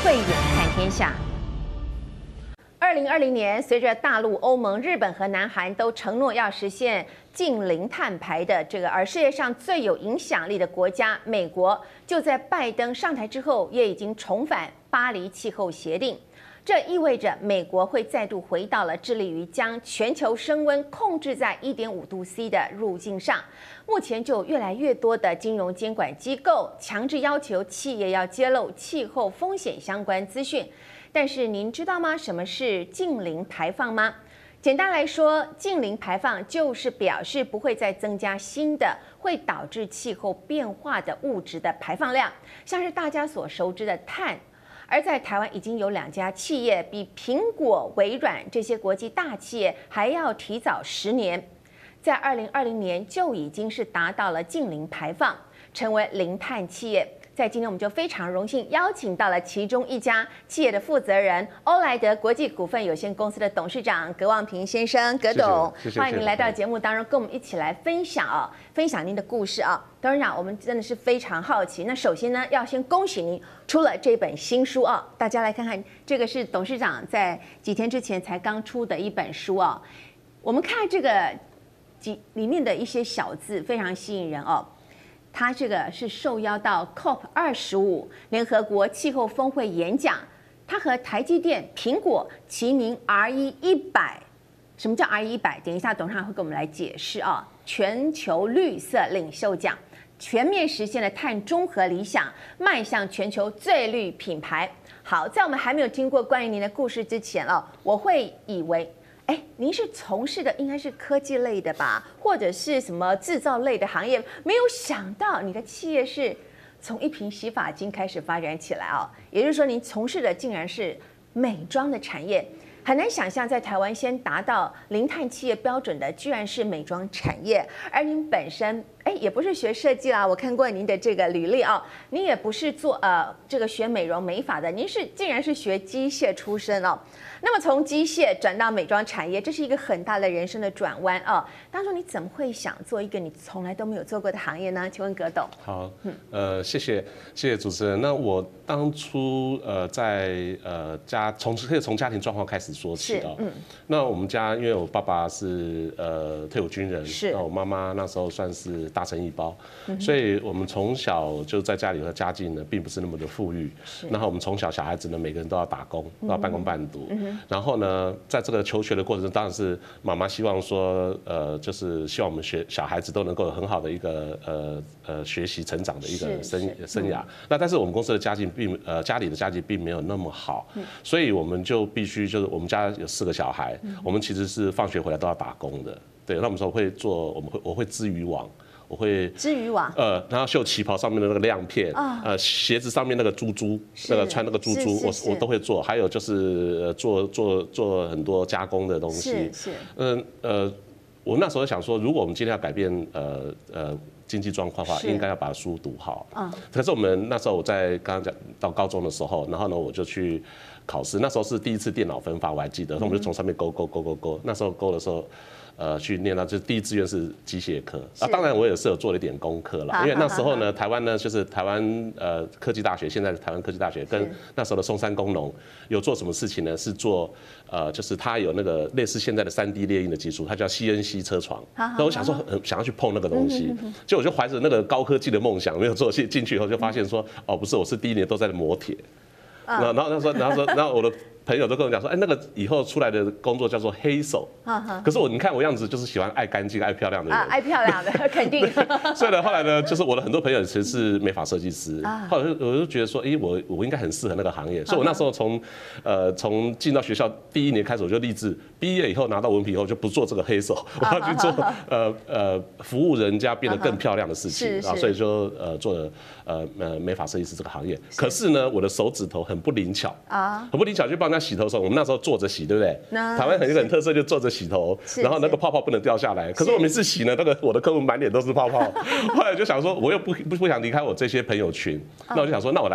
慧眼看天下。2020年，随着大陆、欧盟、日本和南韩都承诺要实现净零碳排的而世界上最有影响力的国家美国，就在拜登上台之后，也已经重返巴黎气候协定。这意味着美国会再度回到了致力于将全球升温控制在1.5度C 的路径上。目前就有越来越多的金融监管机构强制要求企业要揭露气候风险相关资讯。但是您知道吗？什么是净零排放吗？简单来说，净零排放就是表示不会再增加新的会导致气候变化的物质的排放量，像是大家所熟知的碳。而在台湾已经有2家企业比苹果、微软这些国际大企业还要提早10年，在2020年就已经是达到了净零排放，成为零碳企业。在今天我们就非常荣幸邀请到了其中一家企业的负责人欧莱德国际股份有限公司的董事长葛望平先生，葛董，欢迎您来到节目当中，跟我们一起来分享您的故事啊。董事长，我们真的是非常好奇。那首先呢，要先恭喜您出了这本新书啊，大家来看看，这个是董事长在几天之前才刚出的一本书啊。我们看这个里面的一些小字，非常吸引人哦。他这个是受邀到 COP25 联合国气候峰会演讲，他和台积电、苹果齐名 RE100。什么叫 RE100？ 等一下董事长会跟我们来解释啊。全球绿色领袖奖，全面实现了碳中和理想，迈向全球最绿品牌。好，在我们还没有听过关于您的故事之前哦，我会以为。您是从事的应该是科技类的吧，或者是什么制造类的行业？没有想到你的企业是从一瓶洗发精开始发展起来哦，也就是说您从事的竟然是美妆的产业。很难想象在台湾先达到零碳企业标准的，居然是美妆产业。而您本身也不是学设计啦，我看过您的这个履历哦，您也不是做这个学美容美发的，您竟然是学机械出身哦。那么从机械转到美妆产业，这是一个很大的人生的转弯哦。当初你怎么会想做一个你从来都没有做过的行业呢？请问葛董。 好，谢谢主持人。那我当初在从家庭状况开始说起啊。那我们家因为我爸爸是退伍军人，那我妈妈那时候算是大生一包，所以我们从小就在家里的家境呢，并不是那么的富裕。然后我们从小孩子呢，每个人都要打工，都要半工半读。然后呢，在这个求学的过程中，当然是妈妈希望说，就是希望我们小孩子都能够有很好的一个学习成长的一个生涯。那但是我们公司的家里的家境并没有那么好，所以我们就必须就是我们家有4个小孩，我们其实是放学回来都要打工的。对，那我们说我会织渔网。我会织渔网，然后绣旗袍上面的那个亮片，鞋子上面那个珠珠，那个穿那个珠珠，我都会做。还有就是做很多加工的东西。我那时候想说，如果我们今天要改变经济状况的话，应该要把书读好。可是我们那时候我在刚刚讲到高中的时候，然后呢我就去考试，那时候是第一次电脑分发，我还记得，我们就从上面勾。那时候勾的时候。去念到就是第一志愿是机械科啊，当然我也是有做了一点功课啦，因为那时候呢，台湾呢就是台湾科技大学，现在的台湾科技大学跟那时候的松山工农有做什么事情呢？是做就是它有那个类似现在的3D 列印的技术，它叫 CNC 车床。那我想说想要去碰那个东西，结果我就怀着那个高科技的梦想，没有做进去以后就发现说哦不是，我是第1年都在磨铁。然后我的朋友都跟我讲说，那个以后出来的工作叫做黑手。可是你看我样子就是喜欢爱干净、爱漂亮的人。爱漂亮的，肯定。所以呢，后来呢，就是我的很多朋友其实是美发设计师。后来我就觉得说，我应该很适合那个行业。所以我那时候从进到学校第1年开始，我就立志，毕业以后拿到文凭以后就不做这个黑手，我要去做服务人家变得更漂亮的事情啊。所以就做了美发设计师这个行业。可是呢，我的手指头很不灵巧很不灵巧，去帮人家洗头的时候，我们那时候坐着洗，对不对？台湾很特色就坐着洗头，然后那个泡泡不能掉下来。可是我每次洗呢，我的客户满脸都是泡泡。后来就想说，我又不想离开我这些朋友群，那我就想说，那我来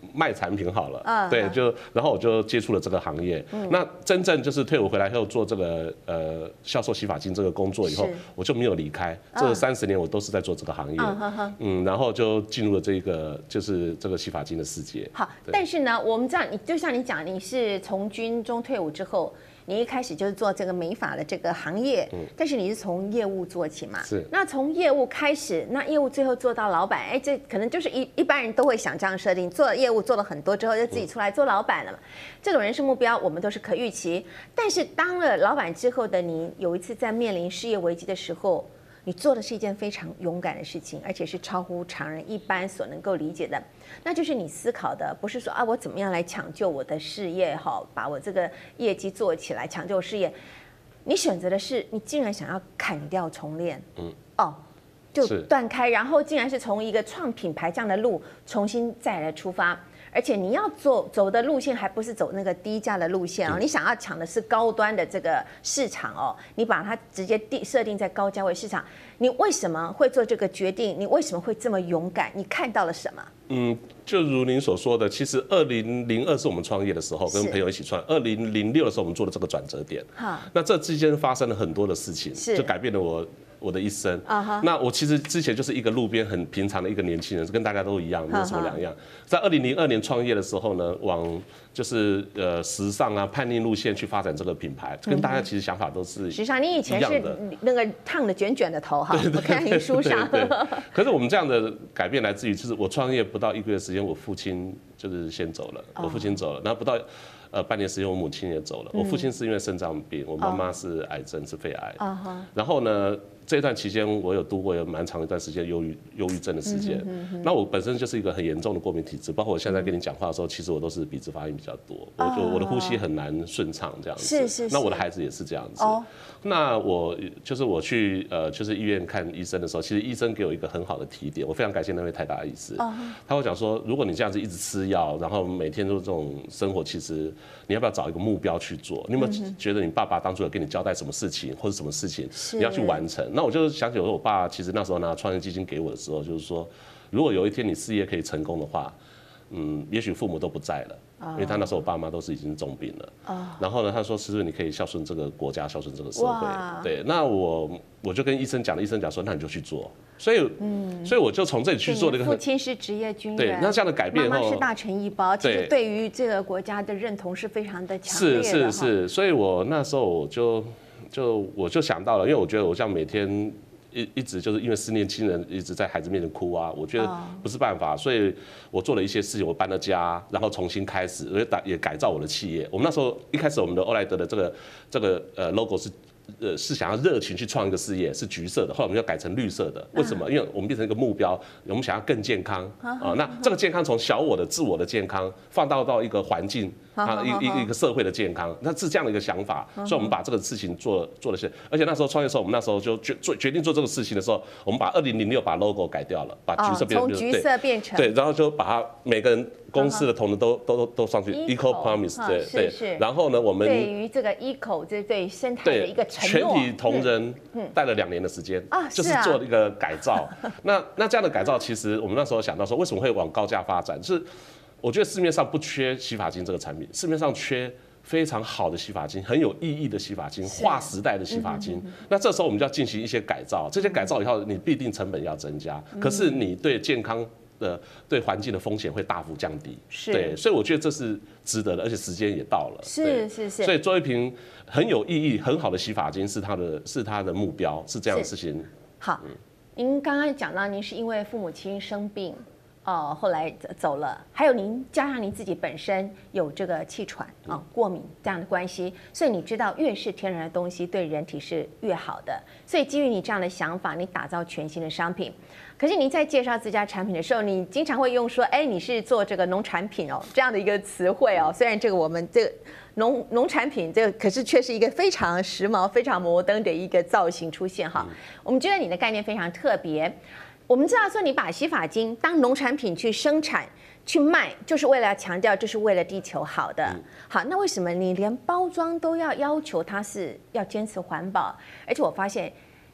卖产品好了，对，然后我就接触了这个行业。那真正就是退伍回来后做这个销售洗发精这个工作以后，我就没有离开，这30年我都是在做这个行业。然后就进入了这个就是这个洗发精的世界。 好，但是呢，我们知道你就像你讲，你是从军中退伍之后。你一开始就是做这个美发的这个行业，但是你是从业务做起嘛？ 是。 那从业务开始，那业务最后做到老板，哎，这可能就是一般人都会想这样设定：做业务做了很多之后，就自己出来做老板了嘛。这种人生目标我们都是可预期。但是当了老板之后的你，有一次在面临事业危机的时候，你做的是一件非常勇敢的事情，而且是超乎常人一般所能够理解的。那就是你思考的，不是说啊，我怎么样来抢救我的事业哈，把我这个业绩做起来，抢救事业。你选择的是，你竟然想要砍掉重练，就断开，然后竟然是从一个创品牌这样的路重新再来出发。而且你要走的路线还不是走那个低价的路线哦，你想要抢的是高端的这个市场哦，你把它直接设定在高价位市场，你为什么会做这个决定？你为什么会这么勇敢？你看到了什么？ 就如您所说的，其实2002是我们创业的时候，跟朋友一起创，2006的时候我们做了这个转折点。那这之间发生了很多的事情，就改变了我的一生。那我其实之前就是一个路边很平常的一个年轻人，跟大家都一样，没有什么两样。在2002年创业的时候呢，往就是时尚啊叛逆路线去发展这个品牌，跟大家其实想法都是时尚。你以前是那个烫的卷卷的头哈，我看你书上。 可是我们这样的改变来自于，就是我创业不到1个月时间，我父亲就是先走了，我父亲走了，然后不到半年时间，我母亲也走了。我父亲是因为肾脏病，我妈妈是癌症，是肺癌。然后呢？这段期间，我有度过有蛮长一段时间忧郁症的时间。那我本身就是一个很严重的过敏体质，包括我现在跟你讲话的时候，其实我都是鼻子发音比较多，我的呼吸很难顺畅这样子。是。那我的孩子也是这样子。那我去就是医院看医生的时候，其实医生给我一个很好的提点，我非常感谢那位台大医师。他会讲说，如果你这样子一直吃药，然后每天都这种生活，其实你要不要找一个目标去做？你有没有觉得你爸爸当初有跟你交代什么事情，或者什么事情你要去完成？那我就想起我爸其实那时候拿创业基金给我的时候，就是说，如果有一天你事业可以成功的话，也许父母都不在了，因为他那时候我爸妈都是已经重病了。然后呢，他说是不是你可以孝顺这个国家，孝顺这个社会？对，那我就跟医生讲了，医生讲说那你就去做。所以我就从这里去做了一个。 父亲是职业军人， 对，那这样的改变， 妈妈是大臣一包，其实对于这个国家的认同是非常的强烈的。 是，所以我那时候我就想到了，因为我觉得我这样每天一直就是因为是年轻人一直在孩子面前哭啊，我觉得不是办法，所以我做了一些事情，我搬了家，然后重新开始，也改造我的企业。我们那时候一开始我们的欧莱德的这个logo 是想要热情去创一个事业，是橘色的，后来我们就改成绿色的。为什么？因为我们变成一个目标，我们想要更健康啊。那这个健康从小我的自我的健康放到一个环境啊，一个社会的健康，那是这样的一个想法。所以我们把这个事情做了些。而且那时候创业的时候，我们那时候就决定做这个事情的时候，我们把2006把 logo 改掉了，把橘色从橘色变成对，然后就把它每个人公司的同仁都上去 eco promise 对。然后呢，我们对于这个 eco 这对生态的一个承诺， 全体同仁带了2年的时间，就是做一个改造。那这样的改造，其实我们那时候想到说，为什么会往高价发展？就是我觉得市面上不缺洗发精这个产品，市面上缺非常好的洗发精，很有意义的洗发精，划时代的洗发精。那这时候我们就要进行一些改造，这些改造以后，你必定成本要增加，可是你对健康对环境的风险会大幅降低，对，所以我觉得这是值得的，而且时间也到了， 是， 所以做一瓶很有意义、很好的洗发精是他的目标，是这样的事情。 好，您刚刚讲到您是因为父母亲生病，后来走了，还有您加上您自己本身有这个气喘过敏这样的关系，所以你知道越是天然的东西对人体是越好的，所以基于你这样的想法，你打造全新的商品。可是您在介绍自家产品的时候，你经常会用说，哎，你是做这个农产品这样的一个词汇虽然这个我们这个农产品这个可是却是一个非常时髦、非常摩登的一个造型出现哈。我们觉得你的概念非常特别。我们知道说你把洗发精当农产品去生产、去卖，就是为了强调这是为了地球好的。好，那为什么你连包装都要求它是要坚持环保？而且我发现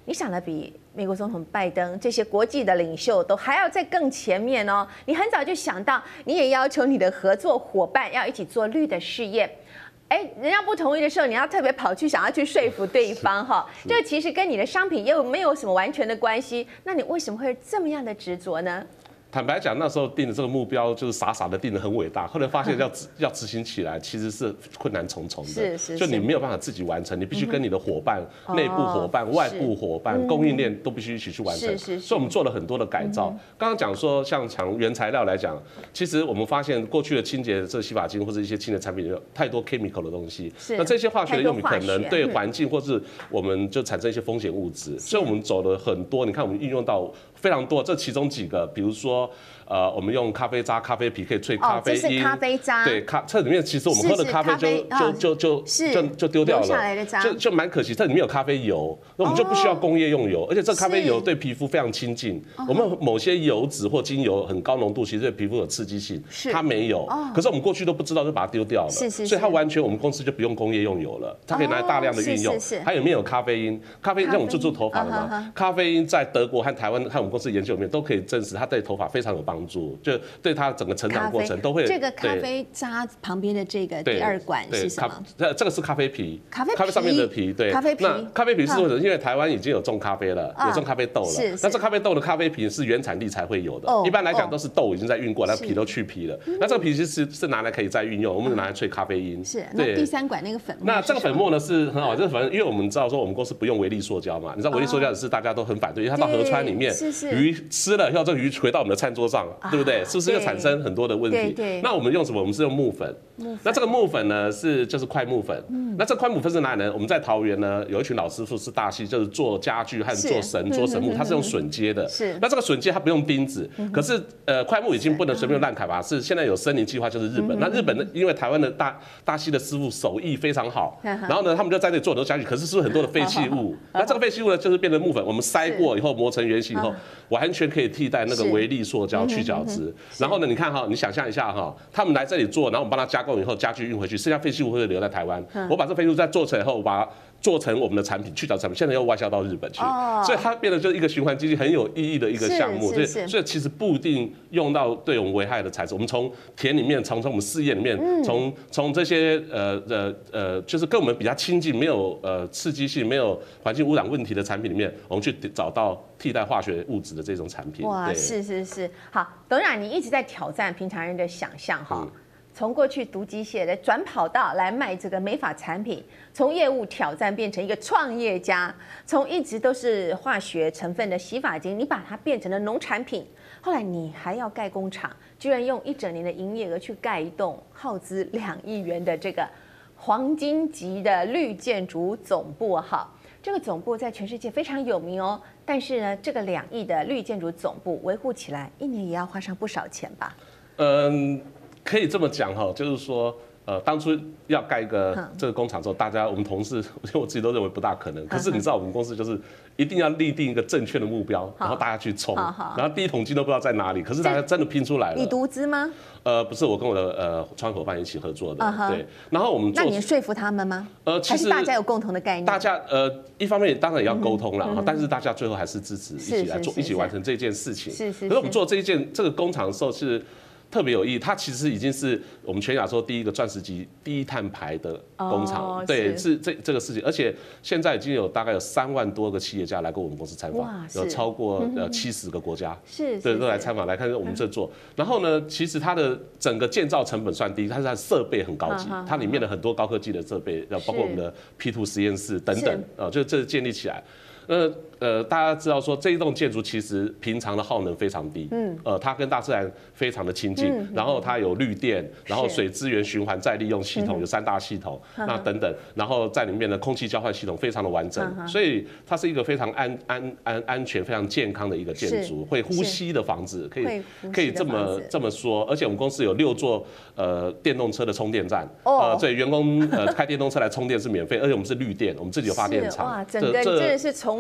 你想的比美国总统拜登这些国际的领袖都还要再更前面哦。你很早就想到，你也要求你的合作伙伴要一起做绿的事业。哎，人家不同意的时候，你要特别跑去想要去说服对方哈，这个其实跟你的商品又没有什么完全的关系。那你为什么会这么样的执着呢？ 坦白讲，那时候定的这个目标就是傻傻的定的很伟大，后来发现要执行起来其实是困难重重的，就你没有办法自己完成，你必须跟你的伙伴、内部伙伴、外部伙伴、供应链都必须一起去完成。所以我们做了很多的改造。刚刚讲说，像从原材料来讲，其实我们发现过去的清洁这洗发精或者一些清洁产品有太多 chemical 的东西，那这些化学的用品可能对环境或是我们就产生一些风险物质，所以我们走了很多。你看，我们运用到非常多，这其中几个，比如说。我们用咖啡渣、咖啡皮可以萃咖啡因， 这是咖啡渣。 对，这里面其实我们喝的咖啡就丢掉了，就蛮可惜。这里面有咖啡油，那我们就不需要工业用油，而且这咖啡油对皮肤非常亲近。我们某些油脂或精油很高浓度，其实对皮肤有刺激性，它没有。可是我们过去都不知道，就把它丢掉了。所以它完全我们公司就不用工业用油了，它可以拿来大量的运用。它里面有咖啡因，咖啡因像我们做头发的嘛，咖啡因在德国和台湾和我们公司研究里面都可以证实，它对头发非常有帮助。就对它整个成长过程都会。 这个咖啡渣旁边的这个第二管是什么？ 这个是咖啡皮， 咖啡上面的皮，对。 咖啡皮。 那咖啡皮是为什么？因为台湾已经有种咖啡了，有种咖啡豆了。那这咖啡豆的咖啡皮是原产地才会有的，一般来讲都是豆已经在运过，那皮都去皮了。那这个皮其实是拿来可以再运用，我们拿来萃咖啡因。 是。那第三管那个粉末？ 那这个粉末呢是很好，就是反正因为我们知道说我们公司不用微粒塑胶嘛，你知道微粒塑胶也是大家都很反对，因为它到河川里面，鱼吃了以后，这个鱼回到我们的餐桌上，对不对？是不是就产生很多的问题？那我们用什么？我们是用木粉。那这个木粉呢就是快木粉。那这快木粉是哪里呢？我们在桃园呢有一群老师傅是大溪，就是做家具和做神木，他是用榫接的。那这个榫接它不用钉子，可是快木已经不能随便滥砍伐，是现在有森林计划，就是日本。那日本呢，因为台湾的大溪的师傅手艺非常好，然后呢他们就在这里做很多家具，可是是很多的废弃物。那这个废弃物呢就是变成木粉，我们筛过以后磨成圆形以后，完全可以替代那个微粒塑胶去角质。然后呢，你看哈，你想象一下哈，他们来这里做，然后我们帮他加工以后，家具运回去，剩下废弃物会留在台湾。我把这废弃物再做成以后，我把它做成我们的产品，去角产品，现在又外销到日本去，所以它变得就是一个循环经济很有意义的一个项目。所以其实不一定用到对我们危害的材质，我们从田里面，从我们事业里面，从这些就是跟我们比较亲近、没有刺激性、没有环境污染问题的产品里面，我们去找到替代化学物质的这种产品。 哇，是，好，董事长，你一直在挑战平常人的想象哈。从过去读机械的转跑道来卖这个美发产品，从业务挑战变成一个创业家，从一直都是化学成分的洗发精，你把它变成了农产品。后来你还要盖工厂，居然用1整年的营业额去盖一栋耗资2亿元的这个黄金级的绿建筑总部哈。这个总部在全世界非常有名哦，但是呢，这个2亿的绿建筑总部维护起来1年也要花上不少钱吧？ 可以这么讲哈，就是说，当初要盖一个这个工厂之后，我们同事，我自己都认为不大可能。可是你知道，我们公司就是一定要立定一个正确的目标，然后大家去冲，然后第一桶金都不知道在哪里，可是大家真的拼出来了。 你独资吗？ 不是，我跟我的创业伙伴一起合作的，对。然后我们那你说服他们吗？其实大家有共同的概念。 大家一方面当然也要沟通了，但是大家最后还是支持一起来做，一起完成这件事情。可是我们做这个工厂的时候是特别有意义，它其实已经是我们全亚洲第一个钻石级低碳排的工厂，对，是这个事情，而且现在已经有大概有3万多个企业家来过我们公司参访，有超过70个国家，对，都来参访来看我们这做。然后呢，其实它的整个建造成本算低，但是它的设备很高级，它里面的很多高科技的设备，包括我们的 P2 实验室等等，就这建立起来。大家知道说这一栋建筑其实平常的耗能非常低，它跟大自然非常的亲近，然后它有绿电，然后水资源循环再利用系统有3大系统，那等等，然后在里面的空气交换系统非常的完整，所以它是一个非常安全、非常健康的一个建筑，会呼吸的房子，可以这么说。而且我们公司有6座电动车的充电站，所以员工开电动车来充电是免费，而且我们是绿电，我们自己有发电厂， 哇，整个真的是从头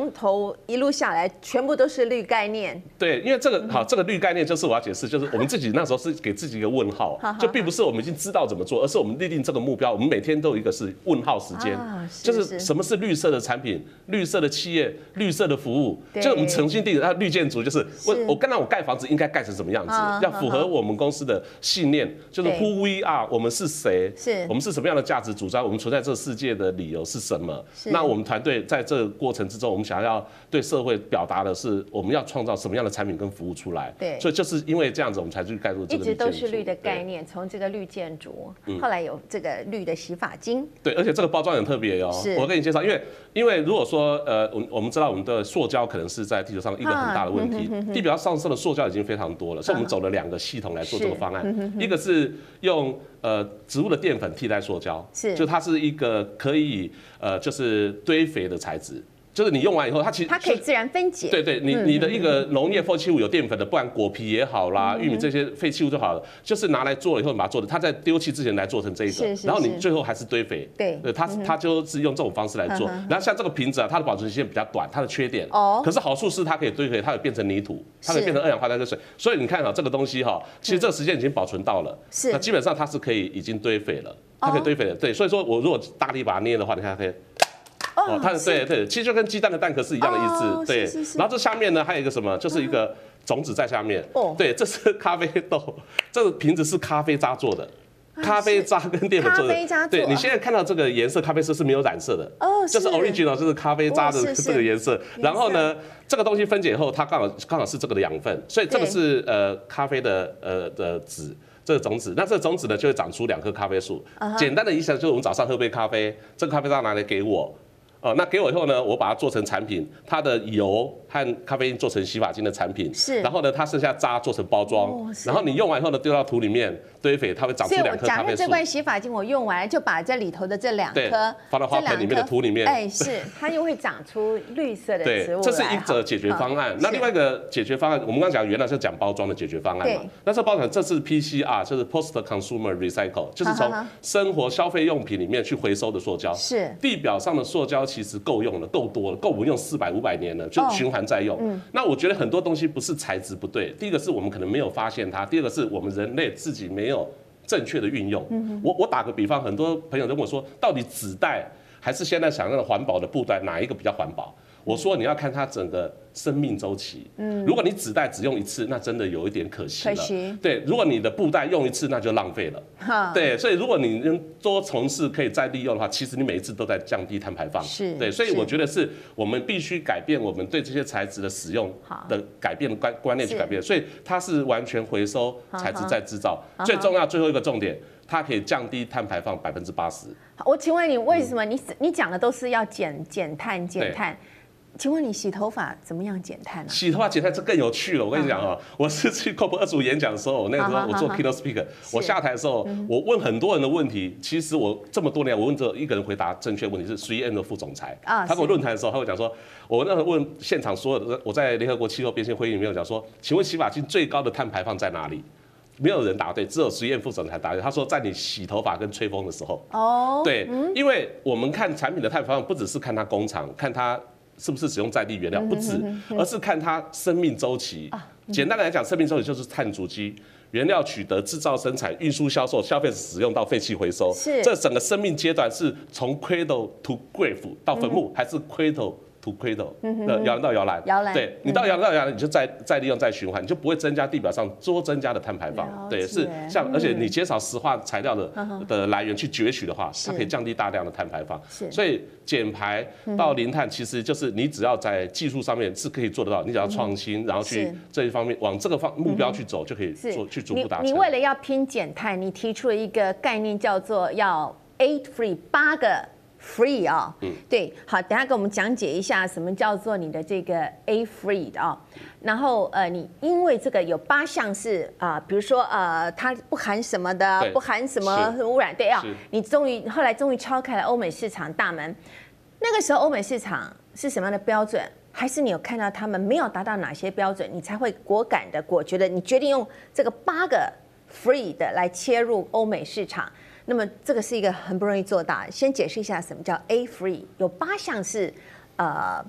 都一路下来全部都是绿概念。 对，因为这个好，这个绿概念就是我要解释，就是我们自己那时候是给自己一个问号，就并不是我们已经知道怎么做，而是我们立定这个目标，我们每天都有一个是问号时间，就是什么是绿色的产品、绿色的企业、绿色的服务，就是我们重新定义绿建筑，就是我刚才我盖房子应该盖成什么样子，要符合我们公司的信念，就是 Who we are， 我们是谁，我们是什么样的价值主张，我们存在这个世界的理由是什么？那我们团队在这个过程之中，我们想要对社会表达的是，我们要创造什么样的产品跟服务出来。 对， 所以就是因为这样子，我们才去盖入这个绿建筑。 一直都是绿的概念，从这个绿建筑，后来有这个绿的洗发精。 对，而且这个包装很特别哦。我跟你介绍，因为如果说我们知道我们的塑胶可能是在地球上一个很大的问题，地表上升的塑胶已经非常多了，所以我们走了2个系统来做这个方案，一个是用植物的淀粉替代塑胶，就它是一个可以就是堆肥的材质。就是你用完以后，它可以自然分解。 对，你的一个农业废弃物有淀粉的，不管果皮也好啦，玉米这些废弃物就好了，就是拿来做了以后，把它做的，它在丢弃之前来做成这一个，然后你最后还是堆肥。对，它就是用这种方式来做。然后像这个瓶子啊，它的保存时间比较短，它的缺点，可是好处是它可以堆肥，它会变成泥土，它可以变成2氧化碳跟水。所以你看啊，这个东西哈，其实这个时间已经保存到了，那基本上它是可以已经堆肥了，它可以堆肥了。对，所以说我如果大力把它捏的话，你看它可以。它对，其实就跟鸡蛋的蛋壳是一样的意思，对。然后这下面呢还有一个什么，就是一个种子在下面，对，这是咖啡豆，这个瓶子是咖啡渣做的。咖啡渣跟淀粉做的，对，你现在看到这个颜色，咖啡色是没有染色的，就是 original， 就是咖啡渣的这个颜色。然后呢，这个东西分解以后，它刚好是这个的养分，所以这个是咖啡的籽。这个种子，那这个种子呢就会长出2棵咖啡树。简单的意思就是我们早上喝杯咖啡，这个咖啡渣拿来给我。那给我以后呢，我把它做成产品，它的油和咖啡因做成洗发精的产品，然后呢，它剩下渣做成包装，然后你用完以后呢，丢到土里面堆肥，它会长出2棵咖啡树。 这罐洗发精我用完就把这里头的这2颗放到花盆里面的土里面， 它又会长出绿色的植物。 这是一个解决方案。那另外一个解决方案，我们刚讲原来是讲包装的解决方案嘛，那这包装这是 PCR， 就是 Post Consumer Recycle， 就是从生活消费用品里面去回收的塑胶。地表上的塑胶其实够用了，够多了，够我们用400、500年了，就循环再用。那我觉得很多东西不是材质不对，第一个是我们可能没有发现它，第二个是我们人类自己没有正确的运用。我打个比方，很多朋友跟我说，到底纸袋还是现在想要的环保的布袋，哪一个比较环保？我说你要看它整个生命周期。如果你纸袋只用1次，那真的有一点可惜了。对，如果你的布袋用1次，那就浪费了。对，所以如果你多从事可以再利用的话，其实你每一次都在降低碳排放。对，所以我觉得是我们必须改变我们对这些材质的使用的改变的观念去改变。所以它是完全回收材质再制造。最重要最后一个重点，它可以降低碳排放80%。 我请问你，为什么你讲的都是要减碳？请问你洗头发怎么样减碳呢？ 洗头发减碳这更有趣了。我跟你讲哦，我是去 COP25演讲的时候，那个时候我做 keynote speaker， 我下台的时候，我问很多人的问题。其实我这么多年，我问只有一个人回答正确问题，是 3M 的副总裁。他跟我论坛的时候，他会讲说，我那时候问现场所有的，我在联合国气候变迁会议里面有讲说，请问洗发精最高的碳排放在哪里？没有人答对，只有3M副总裁答对。他说，在你洗头发跟吹风的时候。对，因为我们看产品的碳排放，不只是看它工厂，看它是不是使用在地原料，不止，而是看它生命周期。简单来讲，生命周期就是碳足迹、原料取得、制造、生产、运输、销售、消费者使用到废弃回收。这整个生命阶段是从 cradle to grave 到坟墓，还是 cradle to cradle 摇篮到摇篮？对，你到摇篮到摇篮，你就再利用再循环，你就不会增加地表上多增加的碳排放。对，是像而且你减少石化材料的来源去攫取的话，它可以降低大量的碳排放。所以减排到零碳，其实就是你只要在技术上面是可以做得到，你只要创新，然后去这一方面往这个目标去走，就可以去逐步达成。 你为了要拼减碳，你提出了一个概念，叫做要 8 free 8个。free 啊，对，好，等下给我们讲解一下什么叫做你的这个 A free 啊，然后你因为这个有8项是比如说它不含什么的，不含什么污染，对啊，你后来终于敲开了欧美市场大门。那个时候欧美市场是什么样的标准？还是你有看到他们没有达到哪些标准，你才会果决的，你决定用这个8个 free 的来切入欧美市场？那么这个是一个很不容易做到。先解释一下什么叫 A free， 有8项是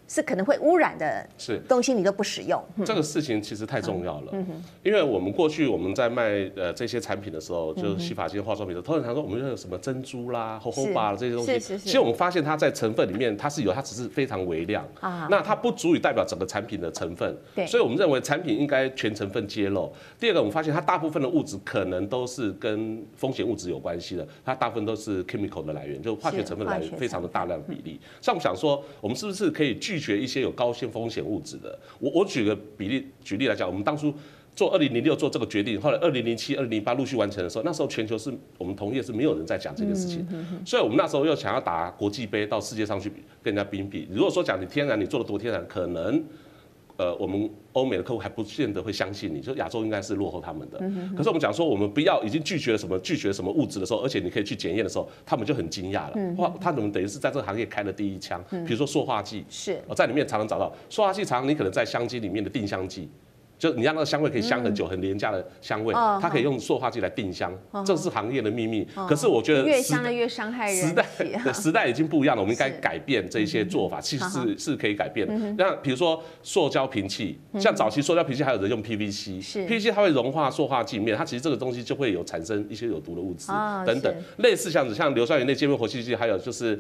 是可能会污染的东西，你都不使用。 这个事情其实太重要了，因为我们过去我们在卖这些产品的时候，就是洗发精、化妆品的时候，通常说我们有什么珍珠啦、jojoba 这些东西，其实我们发现它在成分里面它只是非常微量啊，那它不足以代表整个产品的成分，所以我们认为产品应该全成分揭露。第二个，我们发现它大部分的物质可能都是跟风险物质有关系的，它大部分都是 chemical 的来源，就化学成分来源非常的大量比例。像我们想说，我们是不是可以拒绝一些有高风险物质的？我举个举例来讲，我们当初做2006做这个决定，后来2007、2008陆续完成的时候，那时候全球是我们同业是没有人在讲这件事情，所以我们那时候又想要打国际杯到世界上去跟人家比。如果说讲你天然，你做的多天然，可能我们欧美的客户还不见得会相信你，就亚洲应该是落后他们的。可是我们讲说，我们不要已经拒绝什么物质的时候，而且你可以去检验的时候，他们就很惊讶了。哇，他们等于是在这个行业开了第一枪。比如说塑化剂，是在里面常常找到塑化剂，常你可能在香精里面的定香剂。就你让那个香味可以香很久，很廉价的香味，它可以用塑化剂来定香，这是行业的秘密。可是我觉得越香的越伤害人。 时代已经不一样了，我们应该改变这些做法，其实是可以改变的。那比如说塑胶瓶器，像早期塑胶瓶器还有人用 PVC 它会融化塑化剂面，它其实这个东西就会有产生一些有毒的物质等等。类似像硫酸盐类界面活性剂，还有就是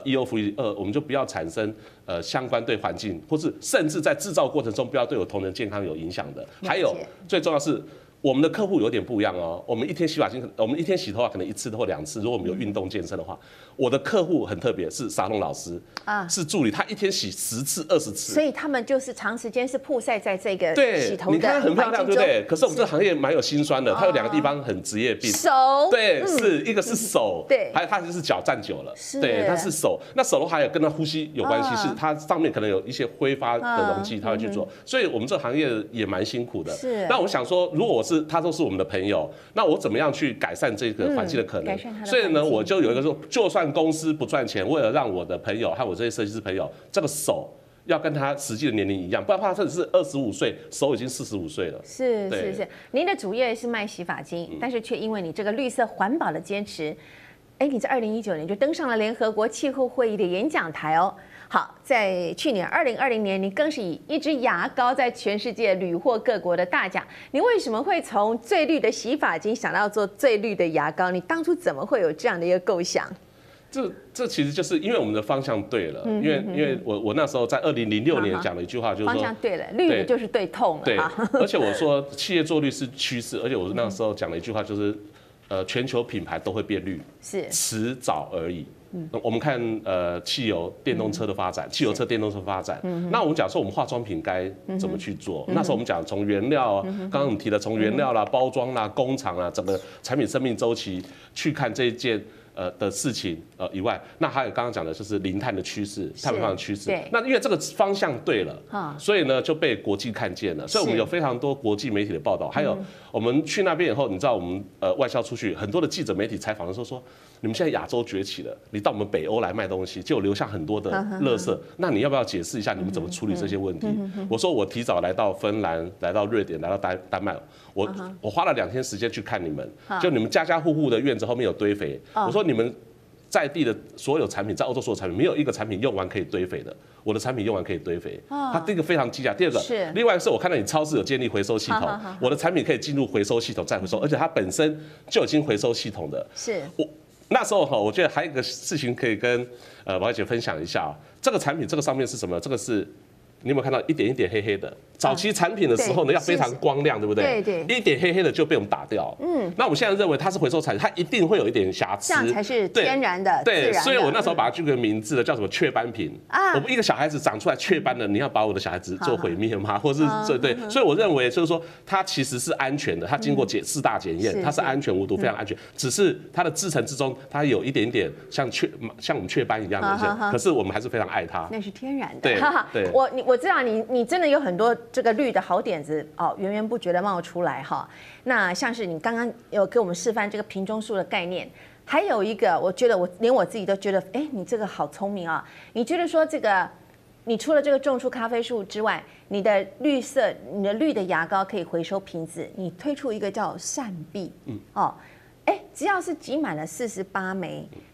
EO-2，我们就不要产生相关对环境，或是甚至在制造过程中不要对我同仁健康有影响。还有最重要是，我们的客户有点不一样哦。我们一天洗头发可能1次或2次，如果我们有运动健身的话，我的客户很特别，是沙龙老师是助理，他一天洗10次、20次， 所以他们就是长时间是曝晒在这个洗头的环境中。 你看很漂亮，对不对？可是我们这个行业蛮有辛酸的，它有2个地方很职业病。 手， 对，是一个是手，对，还有它就是脚站久了，对，它是手。那手的话，还有跟它呼吸有关系，是它上面可能有一些挥发的容器，它会去做。所以我们这个行业也蛮辛苦的。是。那我想说，如果他都是我们的朋友，那我怎么样去改善这个环境的可能？所以呢，我就有一个说，就算公司不赚钱，为了让我的朋友和我这些设计师朋友，这个手要跟他实际的年龄一样，不然的话，他只是25岁，手已经45岁了。是。 您的主业是卖洗发精，但是却因为你这个绿色环保的坚持，你在2019年就登上了联合国气候会议的演讲台哦。好，在去年2020年，你更是以一支牙膏在全世界屡获各国的大奖。你为什么会从最绿的洗发精想到做最绿的牙膏？你当初怎么会有这样的一个构想？ 这其实就是因为我们的方向对了，因为我那时候在2006年讲了一句话，就是说方向对了，绿的就是对痛了。 对，而且我说企业做绿是趋势，而且我那时候讲了一句话，就是全球品牌都会变绿，是迟早而已。我们看汽油电动车的发展，汽油车电动车发展，那我们讲说我们化妆品该怎么去做？那时候我们讲从原料，刚刚我们提的从原料啦、包装啦、工厂啦，整个产品生命周期去看这一件的事情以外，那还有刚刚讲的就是零碳的趋势、碳排放的趋势。那因为这个方向对了，所以呢就被国际看见了，所以我们有非常多国际媒体的报道，还有我们去那边以后，你知道我们外销出去，很多的记者媒体采访的时候说，你们现在亚洲崛起了，你到我们北欧来卖东西，就留下很多的垃圾，那你要不要解释一下你们怎么处理这些问题？我说我提早来到芬兰，来到瑞典，来到丹麦，我花了2天时间去看你们，就你们家家户户的院子后面有堆肥，我说你们在地的所有产品，在欧洲所有产品，没有一个产品用完可以堆肥的。我的产品用完可以堆肥，它第一个非常惊讶。第二个，另外是我看到你超市有建立回收系统，我的产品可以进入回收系统再回收，而且它本身就已经回收系统的。是我那时候我觉得还有一个事情可以跟王姐分享一下，这个产品这个上面是什么？这个是。你有没有看到一点一点黑黑的？早期产品的时候呢，要非常光亮，对不对？对，一点黑黑的就被我们打掉。那我们现在认为它是回收产品，它一定会有一点瑕疵， 这样才是天然的。 对，所以我那时候把它取个名字了，叫什么雀斑瓶啊？我们一个小孩子长出来雀斑的，你要把我的小孩子做毁灭吗？或是对，所以我认为就是说，它其实是安全的，它经过4大检验，它是安全无毒，非常安全。只是它的制成之中，它有一点点像我们雀斑一样的，可是我们还是非常爱它。 那是天然的。对，我知道你真的有很多这个绿的好点子哦，源源不绝的冒出来哈。那像是你刚刚有给我们示范这个瓶中树的概念，还有一个我觉得连我自己都觉得，你这个好聪明啊！你觉得说这个，你除了这个种出咖啡树之外，你的绿的牙膏可以回收瓶子，你推出一个叫善币，只要是集满了48枚，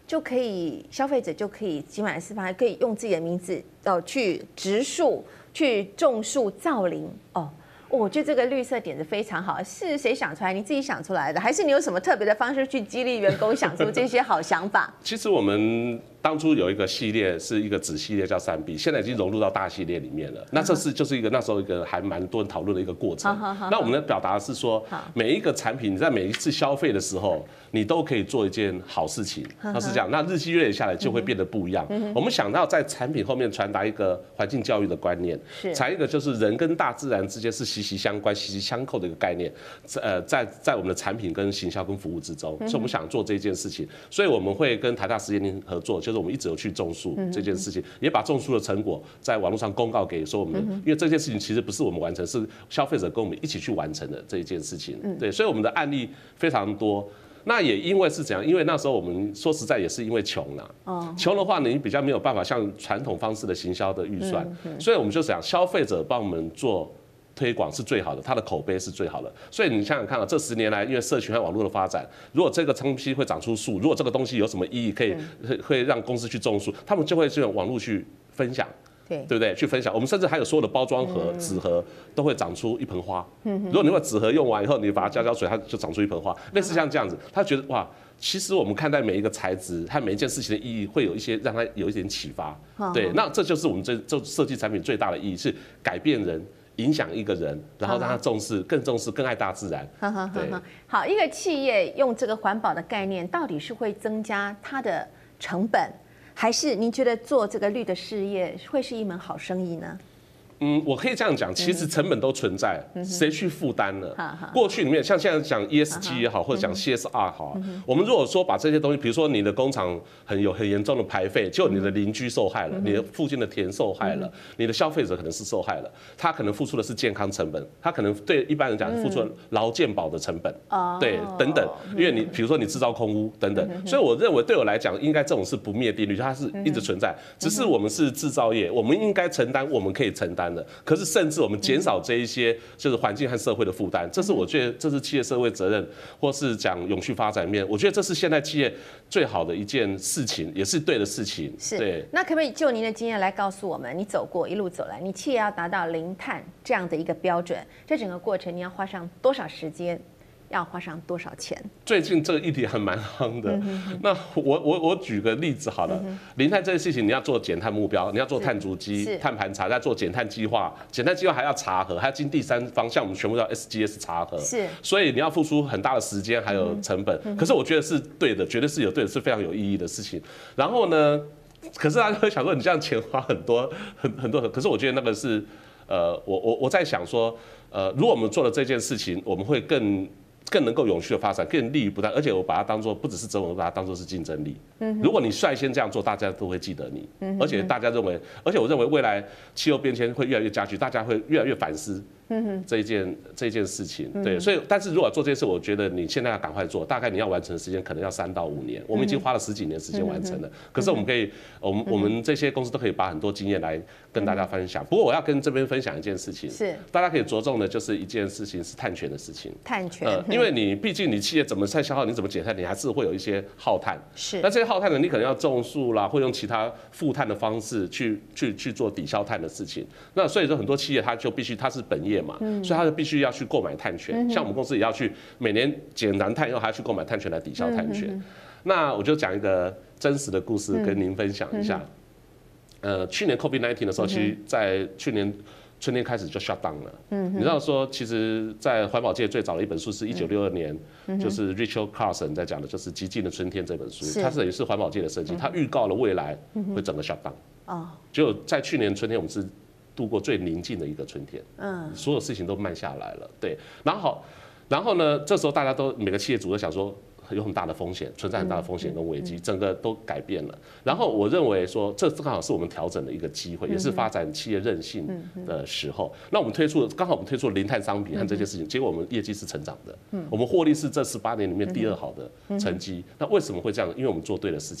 就可以消费者就可以集满4%，还可以用自己的名字去植树、去种树造林哦。我觉得这个绿色点子非常好，是谁想出来？你自己想出来的，还是你有什么特别的方式去激励员工想出这些好想法？ 其实我们当初有一个系列是一个子系列叫3B，现在已经融入到大系列里面了。那这是就是一个那时候一个还蛮多人讨论的一个过程。那我们的表达是说，每一个产品你在每一次消费的时候，你都可以做一件好事情。那是这样，那日积月累下来就会变得不一样。我们想到在产品后面传达一个环境教育的观念，才一个就是人跟大自然之间是息息相关、息息相扣的一个概念。在我们的产品跟行销跟服务之中，所以我们想做这件事情，所以我们会跟台大实验林合作，就是我们一直有去种树这件事情，也把种树的成果在网络上公告给说我们，因为这件事情其实不是我们完成，是消费者跟我们一起去完成的这一件事情。对，所以我们的案例非常多。那也因为是怎样？因为那时候我们说实在也是因为穷啦，穷的话你比较没有办法像传统方式的行销的预算，所以我们就想消费者帮我们做推广是最好的，它的口碑是最好的。所以你想想看啊，这10年来，因为社群和网络的发展，如果这个东西会长出树，如果这个东西有什么意义，会让公司去种树，他们就会用网络去分享。对不对？去分享，我们甚至还有所有的包装盒、纸盒都会长出一盆花。如果你把纸盒用完以后，你把它浇水，它就长出一盆花，类似像这样子。他觉得哇，其实我们看待每一个材质和每一件事情的意义，会有一些让它有一点启发。对，那这就是我们这设计产品最大的意义，是改变人。影响一个人，然后让他重视、更重视、更爱大自然。对， 好，一个企业用这个环保的概念，到底是会增加它的成本？还是您觉得做这个绿的事业会是一门好生意呢？ 我可以这样讲，其实成本都存在，谁去负担了？过去里面像现在讲 ESG 也好，或者讲 CSR 好，我们如果说把这些东西，比如说你的工厂很严重的排废，就你的邻居受害了，你的附近的田受害了，你的消费者可能是受害了，他可能付出的是健康成本，他可能对一般人讲付出了劳健保的成本，对，等等，因为你比如说你制造空污等等，所以我认为对我来讲，应该这种是不灭定律，它是一直存在，只是我们是制造业，我们应该承担我们可以承担。可是，甚至我们减少这一些就是环境和社会的负担，这是我觉得这是企业社会责任，或是讲永续发展面，我觉得这是现在企业最好的一件事情，也是对的事情。 是， 对。 那可不可以就您的经验来告诉我们，你走过一路走来，你企业要达到零碳这样的一个标准，这整个过程你要花上多少时间？要花上多少钱？ 最近这个议题还蛮夯的。那我举个例子好了，零碳这件事情，你要做减碳目标，你要做碳足迹、碳盘查，再做减碳计划。减碳计划还要查核，还要经第三方，像我们全部叫 SGS 查核。 是， 所以你要付出很大的时间还有成本。可是我觉得是对的，绝对是对的，是非常有意义的事情。然后呢，可是大家会想说，你这样钱花很多。可是我觉得那个是，我在想说，如果我们做了这件事情，我们会更能够永续的发展，更立于不断，而且我把它当做不只是责任，我把它当做是竞争力。如果你率先这样做，大家都会记得你，而且大家认为，而且我认为未来气候变迁会越来越加剧，大家会越来越反思这一件事情。对，所以但是如果做这件事，我觉得你现在要赶快做，大概你要完成的时间可能要3到5年，我们已经花了10几年时间完成了。可是我们可以，我们这些公司都可以把很多经验来跟大家分享。不过我要跟这边分享一件事情， 是大家可以着重的就是一件事情是碳权的事情。 碳权， 因为你毕竟你企业怎么再消耗，你怎么减碳，你还是会有一些耗碳。 是， 那这些耗碳呢，你可能要种树啦，或用其他负碳的方式去做抵消碳的事情。那所以说很多企业它就必须它是本业嘛，所以它就必须要去购买碳权。像我们公司也要去每年减完碳以后，还要去购买碳权来抵消碳权。那我就讲一个真实的故事跟您分享一下。去年 COVID-19 的时候，其实在去年春天开始就 shut down 了。你知道说，其实，在环保界最早的一本书是1962年，就是 Rachel Carson 在讲的，就是《极尽的春天》这本书，它是也是环保界的设计，它预告了未来会整个 shut down。结果在去年春天，我们是度过最宁静的一个春天，所有事情都慢下来了。对，然后呢，这时候大家都每个企业主都想说，有很大的风险，存在很大的风险跟危机，整个都改变了。然后我认为说，这刚好是我们调整的一个机会，也是发展企业韧性的时候。那我们刚好我们推出了零碳商品和这件事情，结果我们业绩是成长的，我们获利是这18年里面第2好的成绩。那为什么会这样？因为我们做对了事情，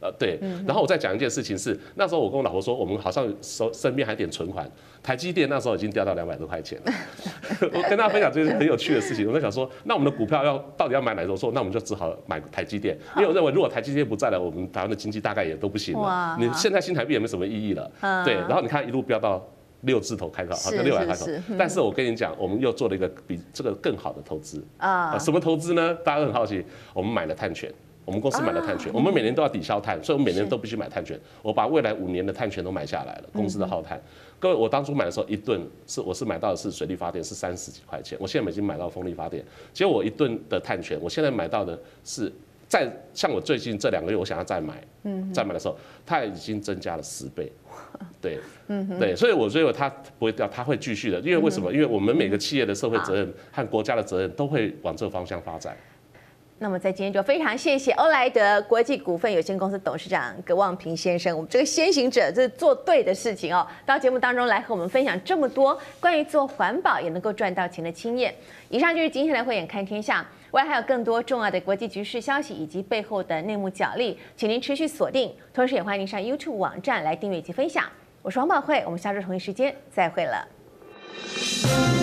对。然后我再讲一件事情是，那时候我跟我老婆说，我们好像身边还有点存款，台积电那时候已经掉到200多块钱了。我跟大家分享这是很有趣的事情，我在想说，那我们的股票到底要买哪种？说那我们就只好买台积电，因为我认为如果台积电不在了，我们台湾的经济大概也都不行了。你现在新台币也没什么意义了，对。然后你看一路飙到6字头开头，好像600开头。但是我跟你讲，我们又做了一个比这个更好的投资啊。什么投资呢？大家都很好奇，我们买了碳权。我们公司买了碳权，我们每年都要抵消碳，所以我们每年都必须买碳权。我把未来5年的碳权都买下来了，公司的耗碳。各位，我当初买的时候1吨我是买到的是水力发电是30几块钱，我现在已经买到风力发电。结果我1吨的碳权，我现在买到的是像我最近这2个月我想要再买的时候，它已经增加了10倍。对，对，所以我认为它不会掉，它会继续的。因为为什么？因为我们每个企业的社会责任和国家的责任都会往这个方向发展。 那么在今天就非常谢谢欧莱德国际股份有限公司董事长葛望平先生，我们这个先行者，这做对的事情哦，到节目当中来和我们分享这么多关于做环保也能够赚到钱的经验。以上就是今天的慧眼看天下，未来还有更多重要的国际局势消息以及背后的内幕角力，请您持续锁定，同时也欢迎您上 YouTube 网站来订阅以及分享。我是王宝慧，我们下周同一时间再会了。